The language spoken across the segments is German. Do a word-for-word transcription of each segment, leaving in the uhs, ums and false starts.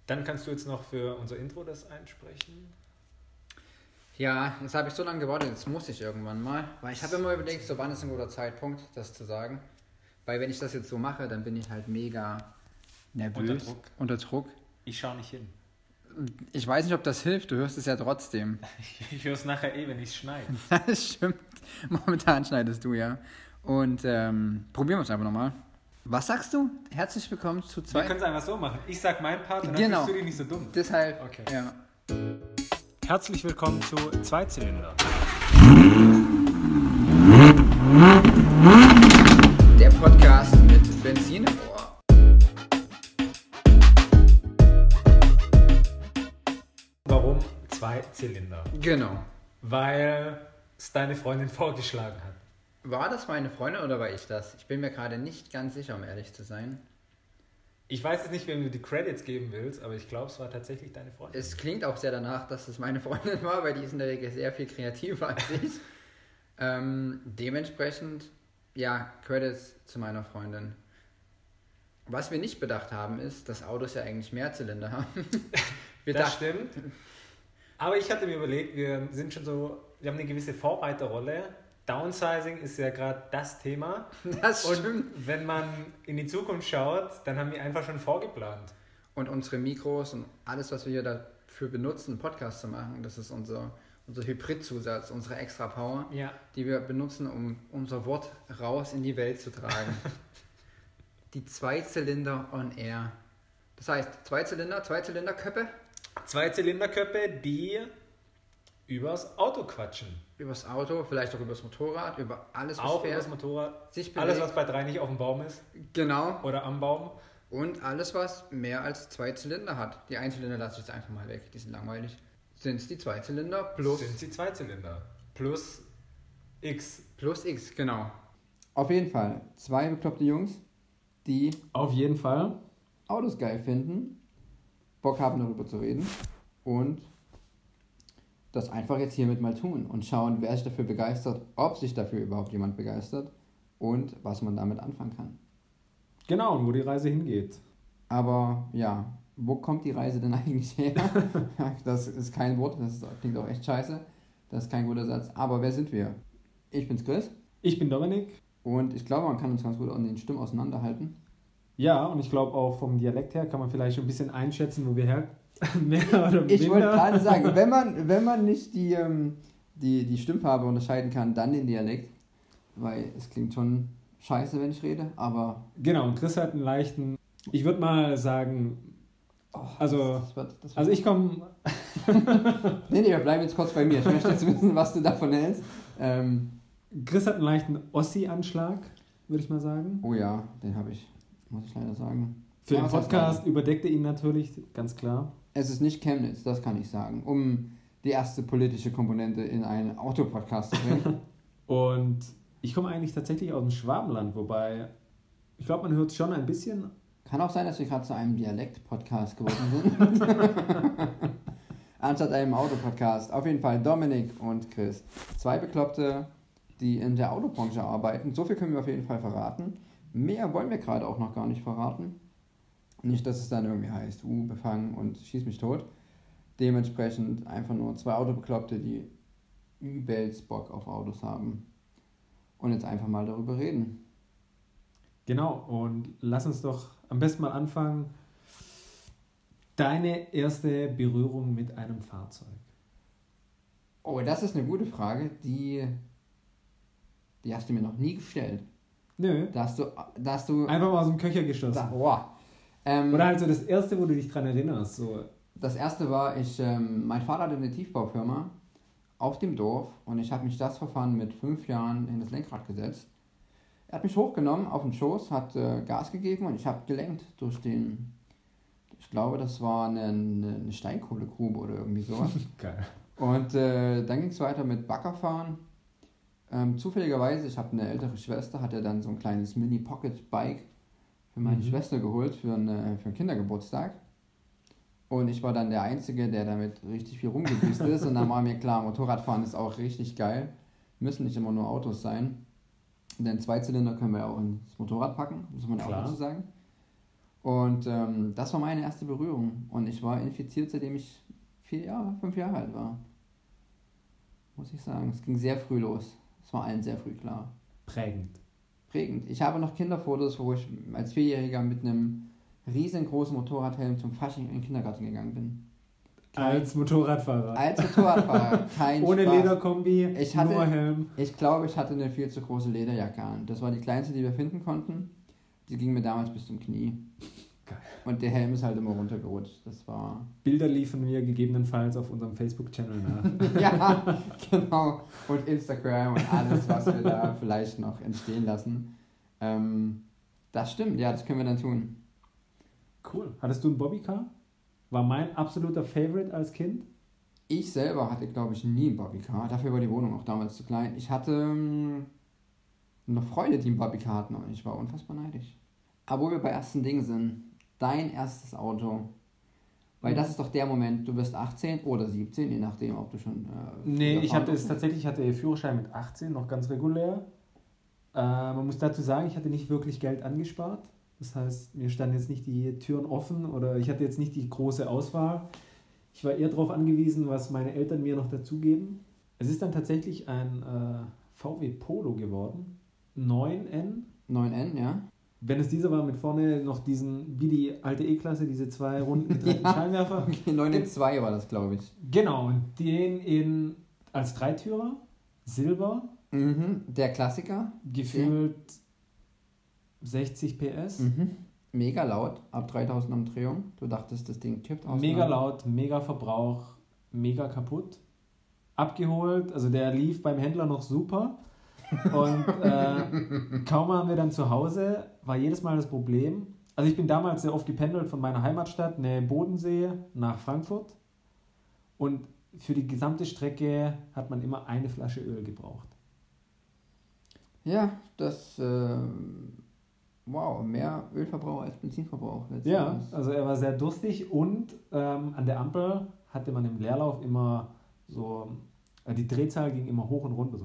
Dann kannst du jetzt noch für unser Intro das einsprechen. Ja, jetzt habe ich so lange gewartet, jetzt muss ich irgendwann mal. Weil ich habe immer überlegt, so wann ist ein guter Zeitpunkt, das zu sagen. Weil wenn ich das jetzt so mache, dann bin ich halt mega nervös. Unter Druck. Unter Druck. Ich schaue nicht hin. Ich weiß nicht, ob das hilft, du hörst es ja trotzdem. Ich höre es nachher eh, wenn ich es schneide. Das stimmt. Momentan schneidest du, ja. Und ähm, probieren wir es einfach nochmal. Was sagst du? Herzlich willkommen zu zwei... Wir können es einfach so machen. Ich sag meinen Part und dann genau. bist du dich nicht so dumm. Deshalb, okay. ja. Herzlich willkommen zu Zweizylinder. Der Podcast mit Benzin im Ohr. Warum Zweizylinder? Genau. Weil es deine Freundin vorgeschlagen hat. War das meine Freundin oder war ich das? Ich bin mir gerade nicht ganz sicher, um ehrlich zu sein. Ich weiß jetzt nicht, wem du die Credits geben willst, aber ich glaube, es war tatsächlich deine Freundin. Es klingt auch sehr danach, dass es meine Freundin war, weil die ist in der Regel sehr viel kreativer als ich. ähm, dementsprechend, ja, Credits zu meiner Freundin. Was wir nicht bedacht haben, ist, dass Autos ja eigentlich mehr Zylinder haben. wir das dachten, stimmt. Aber ich hatte mir überlegt, wir sind schon so, wir haben eine gewisse Vorreiterrolle. Downsizing ist ja gerade das Thema. Das und stimmt. wenn man in die Zukunft schaut, dann haben wir einfach schon vorgeplant. Und unsere Mikros und alles, was wir hier dafür benutzen, einen Podcast zu machen, das ist unser, unser Hybrid-Zusatz, unsere extra Power, ja. die wir benutzen, um unser Wort raus in die Welt zu tragen. Die Zweizylinder on Air. Das heißt, Zweizylinder, Zweizylinderköpfe. Zweizylinderköpfe, die übers Auto quatschen. Übers Auto, vielleicht auch übers Motorrad, über alles, was auch fährt. übers Motorrad, sich bewegt. alles, was bei drei nicht auf dem Baum ist. Genau. Oder am Baum. Und alles, was mehr als zwei Zylinder hat. Die Einzylinder lasse ich jetzt einfach mal weg, die sind langweilig. Sind es die Zweizylinder plus... Sind sie Zweizylinder. Plus X. Plus X, genau. Auf jeden Fall, zwei bekloppte Jungs, die... Auf jeden Fall. Autos geil finden, Bock haben darüber zu reden und das einfach jetzt hiermit mal tun und schauen, wer sich dafür begeistert, ob sich dafür überhaupt jemand begeistert und was man damit anfangen kann. Genau, und wo die Reise hingeht. Aber ja, wo kommt die Reise denn eigentlich her? Das ist kein Wort, das klingt auch echt scheiße, das ist kein guter Satz. Aber wer sind wir? Ich bin's Chris. Ich bin Dominik. Und ich glaube, man kann uns ganz gut an den Stimmen auseinanderhalten. Ja, und ich glaube auch vom Dialekt her kann man vielleicht schon ein bisschen einschätzen, wo wir her mehr oder minder. Ich wollte gerade sagen, wenn man, wenn man nicht die, ähm, die, die Stimmfarbe unterscheiden kann, dann den Dialekt, weil es klingt schon scheiße, wenn ich rede, aber... Genau, und Chris hat einen leichten, ich würde mal sagen, Oh, also, das wird, das wird also ich komme... nee, nee, wir bleiben jetzt kurz bei mir. Ich möchte jetzt wissen, was du davon hältst. Ähm, Chris hat einen leichten Ossi-Anschlag, würde ich mal sagen. oh ja, den habe ich, muss ich leider sagen. Für ja, den Podcast überdeckt er ihn natürlich, ganz klar. Es ist nicht Chemnitz, das kann ich sagen, um die erste politische Komponente in einen Autopodcast zu bringen. Und ich komme eigentlich tatsächlich aus dem Schwabenland, wobei, ich glaube, man hört es schon ein bisschen. Kann auch sein, dass wir gerade zu einem Dialekt-Podcast geworden sind. Anstatt einem Autopodcast. Auf jeden Fall Dominik und Chris. Zwei Bekloppte, die in der Autobranche arbeiten. So viel können wir auf jeden Fall verraten. Mehr wollen wir gerade auch noch gar nicht verraten. Nicht, dass es dann irgendwie heißt, uh, befangen und schieß mich tot. Dementsprechend einfach nur zwei Autobekloppte, die übelst Bock auf Autos haben. Und jetzt einfach mal darüber reden. Genau, und lass uns doch am besten mal anfangen. Deine erste Berührung mit einem Fahrzeug. Oh, das ist eine gute Frage, die, die hast du mir noch nie gestellt. Nö. Da hast du, da hast du Einfach mal aus dem Köcher geschossen. da, boah. Ähm, Oder halt so das erste, wo du dich dran erinnerst. So. Das erste war, ich, ähm, mein Vater hatte eine Tiefbaufirma auf dem Dorf und ich habe mich das Verfahren mit fünf Jahren in das Lenkrad gesetzt. Er hat mich hochgenommen auf den Schoß, hat äh, Gas gegeben und ich habe gelenkt durch den, ich glaube, das war eine, eine Steinkohlegrube oder irgendwie sowas. Geil. Und äh, dann ging es weiter mit Baggerfahren. Ähm, zufälligerweise, ich habe eine ältere Schwester, hat er dann so ein kleines Mini-Pocket-Bike für meine mhm. Schwester geholt für, eine, für einen Kindergeburtstag. Und ich war dann der Einzige, der damit richtig viel rumgedüst ist. Und dann war mir klar, Motorradfahren ist auch richtig geil. Müssen nicht immer nur Autos sein. Denn Zweizylinder können wir ja auch ins Motorrad packen, muss man auch dazu sagen. Und ähm, das war meine erste Berührung. Und ich war infiziert, seitdem ich vier Jahre, fünf Jahre alt war. Muss ich sagen. Es ging sehr früh los. Es war allen sehr früh klar. Prägend. Prägend. Ich habe noch Kinderfotos, wo ich als Vierjähriger mit einem riesengroßen Motorradhelm zum Fasching in den Kindergarten gegangen bin. Kein, als Motorradfahrer. Als Motorradfahrer. Kein Ohne Spaß. Lederkombi, ich hatte, nur Helm. Ich glaube, ich hatte eine viel zu große Lederjacke an. Das war die kleinste, die wir finden konnten. Die ging mir damals bis zum Knie. Geil. Und der Helm ist halt immer runtergerutscht. Das war... Bilder liefern wir gegebenenfalls auf unserem Facebook-Channel nach. Ja, genau. Und Instagram und alles, was wir da vielleicht noch entstehen lassen. Ähm, das stimmt, ja, das können wir dann tun. Cool. Hattest du ein Bobbycar? War mein absoluter Favorite als Kind. Ich selber hatte, glaube ich, nie ein Bobbycar. Dafür war die Wohnung auch damals zu klein. Ich hatte ähm, noch Freunde, die ein Bobbycar hatten und ich war unfassbar neidisch. Aber wo wir bei ersten Dingen sind, dein erstes Auto. Weil das ist doch der Moment, du wirst achtzehn oder siebzehn, je nachdem, ob du schon... Äh, nee, ich hatte es tatsächlich, ich hatte Führerschein mit achtzehn, noch ganz regulär. Äh, man muss dazu sagen, ich hatte nicht wirklich Geld angespart. Das heißt, mir standen jetzt nicht die Türen offen oder ich hatte jetzt nicht die große Auswahl. Ich war eher darauf angewiesen, was meine Eltern mir noch dazugeben. Es ist dann tatsächlich ein äh, V W Polo geworden. neun N. neun N, ja. Wenn es dieser war, mit vorne noch diesen, wie die alte E-Klasse, diese zwei runden getrennten ja, Scheinwerfer. Okay, neun N zwei war das, glaube ich. Genau, und den in, als Dreitürer, Silber. Mhm, der Klassiker. Gefühlt okay. sechzig P S. Mhm. Mega laut, ab dreitausend Umdrehungen. Du dachtest, das Ding kippt aus. Mega laut, mega Verbrauch, mega kaputt. Abgeholt, also der lief beim Händler noch super. Und äh, kaum waren wir dann zu Hause, war jedes Mal das Problem. Also ich bin damals sehr oft gependelt von meiner Heimatstadt, Nähe Bodensee, nach Frankfurt. Und für die gesamte Strecke hat man immer eine Flasche Öl gebraucht. Ja, das... Äh Wow, mehr Ölverbrauch als Benzinverbrauch. Ja, also er war sehr durstig und ähm, an der Ampel hatte man im Leerlauf immer so, äh, die Drehzahl ging immer hoch und runter. So.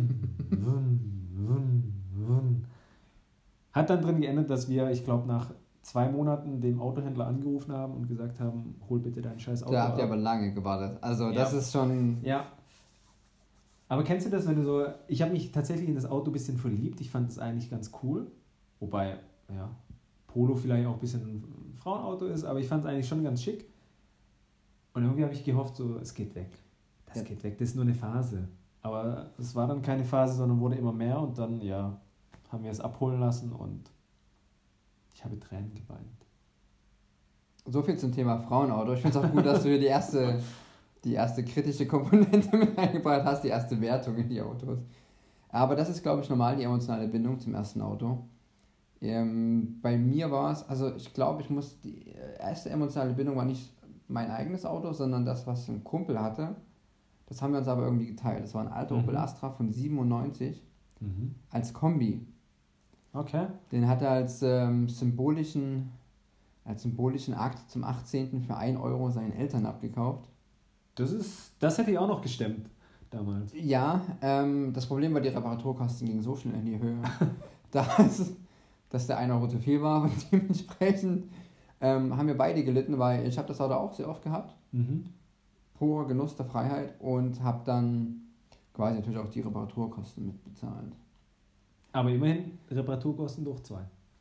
Hat dann drin geendet, dass wir, ich glaube, nach zwei Monaten dem Autohändler angerufen haben und gesagt haben, hol bitte dein scheiß Auto. Da habt ihr aber lange gewartet. Also das ja. ist schon... Ja. Aber kennst du das, wenn du so... Ich habe mich tatsächlich in das Auto ein bisschen verliebt. Ich fand es eigentlich ganz cool. Wobei, ja, Polo vielleicht auch ein bisschen ein Frauenauto ist, aber ich fand es eigentlich schon ganz schick. Und irgendwie habe ich gehofft, so, es geht weg. Das ja. geht weg, das ist nur eine Phase. Aber es war dann keine Phase, sondern wurde immer mehr und dann, ja, haben wir es abholen lassen und ich habe Tränen geweint. So viel zum Thema Frauenauto. Ich finde es auch gut, dass du hier die erste, die erste kritische Komponente mit eingebracht hast, die erste Wertung in die Autos. Aber das ist, glaube ich, normal, die emotionale Bindung zum ersten Auto. Ähm, bei mir war es, also ich glaube, ich muss, die erste emotionale Bindung war nicht mein eigenes Auto, sondern das, was ein Kumpel hatte. Das haben wir uns aber irgendwie geteilt. Das war ein alter mhm. Opel Astra von siebenundneunzig mhm. als Kombi. Okay. Den hat er als ähm, symbolischen, als symbolischen Akt zum achtzehnten für ein Euro seinen Eltern abgekauft. Das ist, das hätte ich auch noch gestemmt damals. Ja, ähm, das Problem war, die Reparaturkosten gingen so schnell in die Höhe. dass dass der ein Euro zu viel war und dementsprechend ähm, haben wir beide gelitten, weil ich habe das Auto auch sehr oft gehabt. Mhm. Purer Genuss der Freiheit und habe dann quasi natürlich auch die Reparaturkosten mitbezahlt. Aber immerhin Reparaturkosten durch zwei.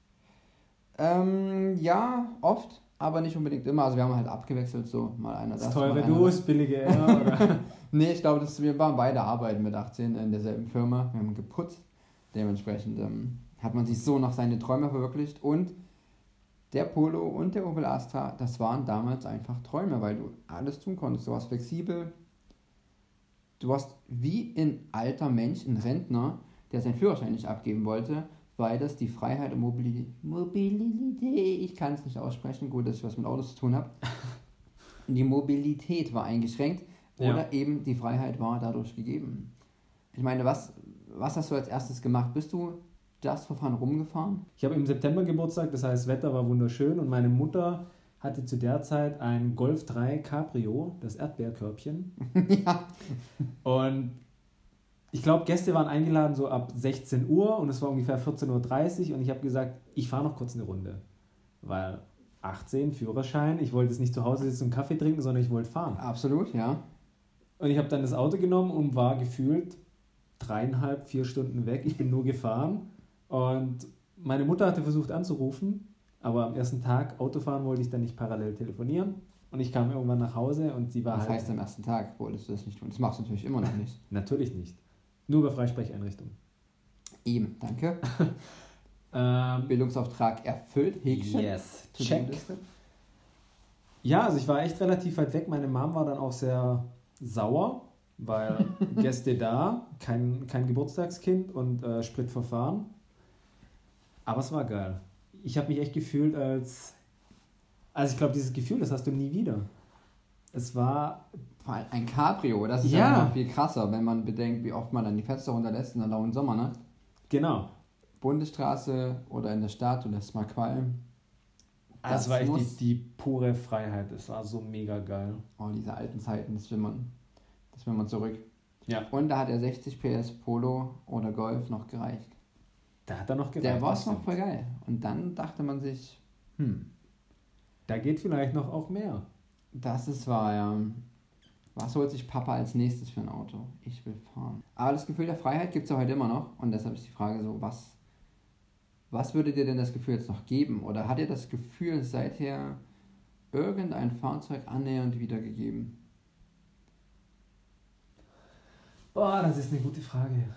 Ähm, ja, oft, aber nicht unbedingt immer. Also wir haben halt abgewechselt, so mal einer das. Das teure Dus, billige R, oder? Nee, ich glaube, das, wir waren beide arbeiten mit achtzehn in derselben Firma. Wir haben geputzt. Dementsprechend ähm, hat man sich so noch seine Träume verwirklicht. Und der Polo und der Opel Astra, das waren damals einfach Träume, weil du alles tun konntest. Du warst flexibel. Du warst wie ein alter Mensch, ein Rentner, der seinen Führerschein nicht abgeben wollte, weil das die Freiheit und Mobilität, Mobilität, ich kann es nicht aussprechen, gut, dass ich was mit Autos zu tun habe. Die Mobilität war eingeschränkt oder ja. eben die Freiheit war dadurch gegeben. Ich meine, was, was hast du als erstes gemacht? Bist du das Verfahren rumgefahren? Ich habe im September Geburtstag, das heißt, das Wetter war wunderschön und meine Mutter hatte zu der Zeit ein Golf drei Cabrio, das Erdbeerkörbchen. Ja. Und ich glaube, Gäste waren eingeladen so ab sechzehn Uhr und es war ungefähr vierzehn Uhr dreißig und ich habe gesagt, ich fahre noch kurz eine Runde. Weil achtzehn, Führerschein, ich wollte jetzt nicht zu Hause sitzen und Kaffee trinken, sondern ich wollte fahren. Absolut, ja. Und ich habe dann das Auto genommen und war gefühlt dreieinhalb, vier Stunden weg. Ich bin nur gefahren und meine Mutter hatte versucht anzurufen, aber am ersten Tag Autofahren wollte ich dann nicht parallel telefonieren und ich kam irgendwann nach Hause und sie war Was halt... heißt am ersten Tag wolltest du das nicht tun? Das machst du natürlich immer noch nicht. Natürlich nicht. Nur bei Freisprecheinrichtungen. Eben, danke. Ähm, Bildungsauftrag erfüllt, Häkchen. yes, To-do-Liste. check. Ja, also ich war echt relativ weit weg. Meine Mom war dann auch sehr sauer, weil Gäste da, kein, kein Geburtstagskind und äh, Spritverfahren. Aber es war geil. Ich habe mich echt gefühlt als... Also ich glaube, dieses Gefühl, das hast du nie wieder. Es war... Vor allem ein Cabrio, das ist ja, Ja. noch viel krasser, wenn man bedenkt, wie oft man dann die Fenster runterlässt in der lauen Sommer, ne? Genau. Bundesstraße oder in der Stadt, du lässt mal qualmen. Also Das es war echt muss- die, die pure Freiheit. Es war so mega geil. Oh, diese alten Zeiten, das will man, das will man zurück. Ja. Und da hat der sechzig P S Polo oder Golf noch gereicht. Da hat er noch gereicht. Der war das noch stimmt. voll geil. Und dann dachte man sich, hm, Da geht vielleicht noch auch mehr. das ist wahr, ja. Was holt sich Papa als nächstes für ein Auto? Ich will fahren. Aber das Gefühl der Freiheit gibt es ja heute immer noch. Und deshalb ist die Frage so, was, was würde dir denn das Gefühl jetzt noch geben? Oder hat dir das Gefühl seither irgendein Fahrzeug annähernd wiedergegeben? Boah, das ist eine gute Frage.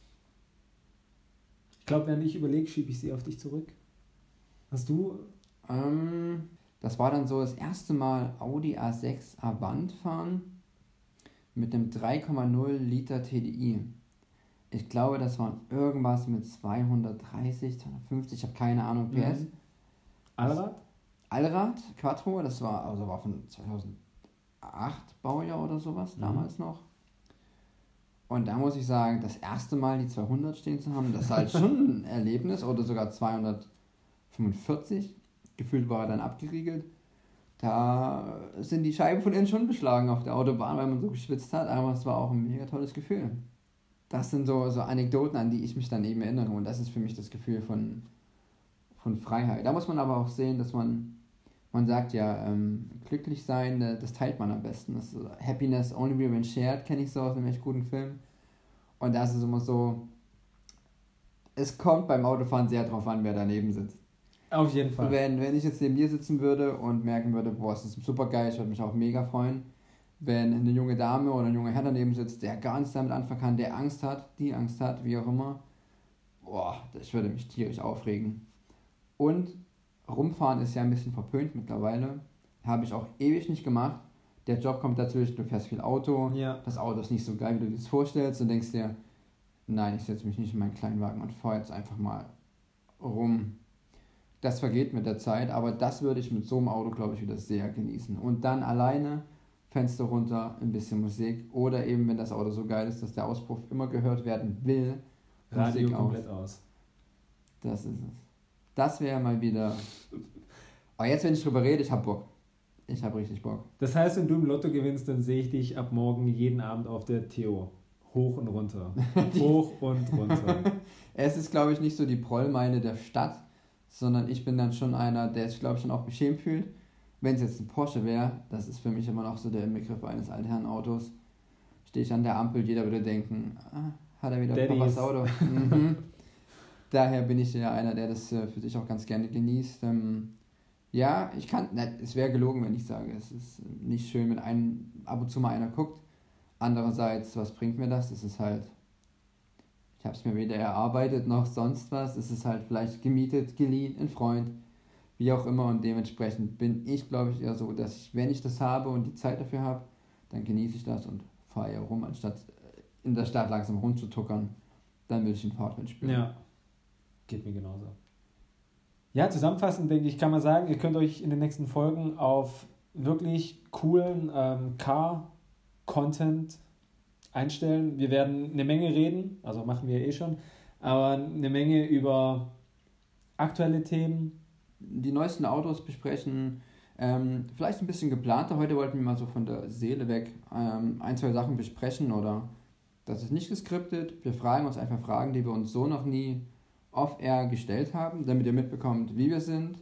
Ich glaube, während ich überlege, schiebe ich sie auf dich zurück. Hast du... Ähm, das war dann so das erste Mal Audi A sechs Avant fahren mit einem drei Komma null Liter T D I. Ich glaube, das waren irgendwas mit zweihundertdreißig, zweihundertfünfzig, ich habe keine Ahnung, P S. Mhm. Allrad? Allrad, Quattro, das war, also war von zweitausendacht Baujahr oder sowas, Mhm. damals noch. Und da muss ich sagen, das erste Mal die zweihundert stehen zu haben, das ist halt schon ein Erlebnis, oder sogar zweihundertfünfundvierzig. Gefühlt war er dann abgeriegelt. Da sind die Scheiben von innen schon beschlagen auf der Autobahn, weil man so geschwitzt hat, aber es war auch ein mega tolles Gefühl. Das sind so, so Anekdoten, an die ich mich dann eben erinnere, und das ist für mich das Gefühl von, von Freiheit. Da muss man aber auch sehen, dass man, man sagt ja, ähm, glücklich sein, äh, das teilt man am besten. Das ist, so, Happiness only be when shared, kenne ich so aus einem echt guten Film. Und das ist immer so, es kommt beim Autofahren sehr drauf an, wer daneben sitzt. Auf jeden Fall. Wenn, wenn ich jetzt neben dir sitzen würde und merken würde, boah, es ist super geil, ich würde mich auch mega freuen. Wenn eine junge Dame oder ein junger Herr daneben sitzt, der gar nichts damit anfangen kann, der Angst hat, die Angst hat, wie auch immer, boah, das würde mich tierisch aufregen. Und rumfahren ist ja ein bisschen verpönt mittlerweile. Habe ich auch ewig nicht gemacht. Der Job kommt dazwischen, du fährst viel Auto, Ja. das Auto ist nicht so geil, wie du dir das vorstellst, und denkst dir, nein, ich setze mich nicht in meinen Kleinwagen und fahre jetzt einfach mal rum. Das vergeht mit der Zeit, aber das würde ich mit so einem Auto, glaube ich, wieder sehr genießen. Und dann alleine, Fenster runter, ein bisschen Musik, oder eben, wenn das Auto so geil ist, dass der Auspuff immer gehört werden will, Radio Musik komplett aus. aus. Das ist es. Das wäre mal wieder... Aber jetzt, wenn ich drüber rede, ich hab Bock. Ich hab richtig Bock. Das heißt, wenn du im Lotto gewinnst, dann sehe ich dich ab morgen jeden Abend auf der Theo. Hoch und runter. Hoch und runter. Es ist, glaube ich, nicht so die Prollmeile der Stadt, sondern ich bin dann schon einer, der sich, glaube ich, schon auch beschämt fühlt. Wenn es jetzt ein Porsche wäre, das ist für mich immer noch so der Inbegriff eines Altherrenautos. Stehe ich an der Ampel, jeder würde denken, ah, hat er wieder Daddy's. Papas Auto. Mhm. Daher bin ich ja einer, der das äh, für sich auch ganz gerne genießt. Ähm, ja, ich kann, ne, es wäre gelogen, wenn ich sage, es ist nicht schön, wenn ein, ab und zu mal einer guckt. Andererseits, was bringt mir das? Es ist halt, ich habe es mir weder erarbeitet noch sonst was. Es ist halt vielleicht gemietet, geliehen, ein Freund, wie auch immer. Und dementsprechend bin ich, glaube ich, eher so, dass ich, wenn ich das habe und die Zeit dafür habe, dann genieße ich das und fahre eher rum, anstatt in der Stadt langsam rumzutuckern. Dann will ich den Fahrtwind spüren. Ja, geht mir genauso. Ja, zusammenfassend denke ich, kann man sagen, ihr könnt euch in den nächsten Folgen auf wirklich coolen ähm, Car-Content einstellen. Wir werden eine Menge reden, also machen wir eh schon, aber eine Menge über aktuelle Themen. Die neuesten Autos besprechen, ähm, vielleicht ein bisschen geplanter. Heute wollten wir mal so von der Seele weg ähm, ein, zwei Sachen besprechen, oder das ist nicht geskriptet. Wir fragen uns einfach Fragen, die wir uns so noch nie off-air gestellt haben, damit ihr mitbekommt, wie wir sind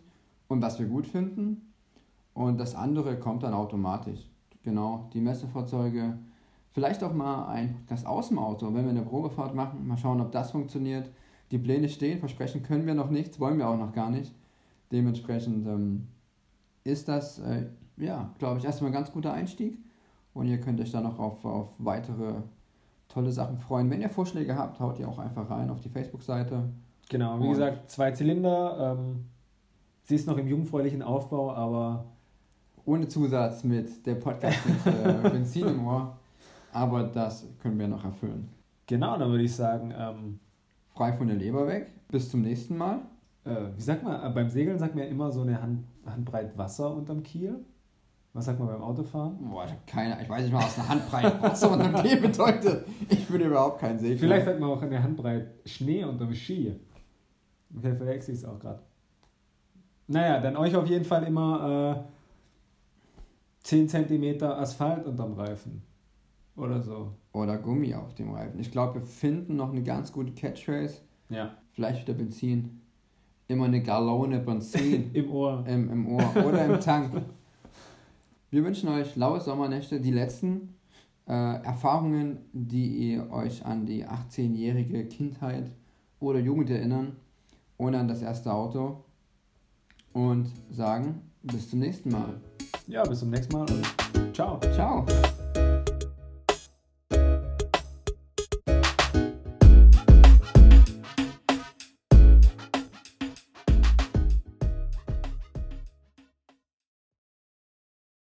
und was wir gut finden. Und das andere kommt dann automatisch. Genau, die Messefahrzeuge. Vielleicht auch mal ein Podcast aus dem Auto, wenn wir eine Probefahrt machen. Mal schauen, ob das funktioniert. Die Pläne stehen, versprechen können wir noch nichts, wollen wir auch noch gar nicht. Dementsprechend ähm, ist das, äh, ja, glaube ich, erstmal ein ganz guter Einstieg. Und ihr könnt euch dann noch auf, auf weitere tolle Sachen freuen. Wenn ihr Vorschläge habt, haut ihr auch einfach rein auf die Facebook-Seite. Genau, wie Und gesagt, zwei Zylinder. Ähm, sie ist noch im jungfräulichen Aufbau, aber ohne Zusatz mit der Podcast mit äh, Benzin im Ohr. Aber das können wir noch erfüllen. genau, dann würde ich sagen, ähm, Frei von der Leber weg. Bis zum nächsten Mal. äh, wie sagt man, äh, beim Segeln sagt man ja immer so eine Hand, Handbreit Wasser unterm Kiel. Was sagt man beim Autofahren? Boah, ich habe keine, ich weiß nicht mal, was eine Handbreit Wasser unterm Kiel bedeutet. Ich bin überhaupt kein Segler. Vielleicht sagt man auch eine Handbreit Schnee unterm Ski. Vielleicht verwechsel ich es auch gerade. Naja, dann euch auf jeden Fall immer äh, zehn Zentimeter Asphalt unterm Reifen. Oder so. Oder Gummi auf dem Reifen. Ich glaube, wir finden noch eine ganz gute Catchphrase. Ja. Vielleicht wieder Benzin. Immer eine Gallone Benzin Im Ohr. im, im Ohr oder im Tank. Wir wünschen euch laue Sommernächte, die letzten äh, Erfahrungen, die ihr euch an die achtzehnjährige Kindheit oder Jugend erinnern und an das erste Auto und sagen bis zum nächsten Mal. Ja, bis zum nächsten Mal und ciao. Ciao.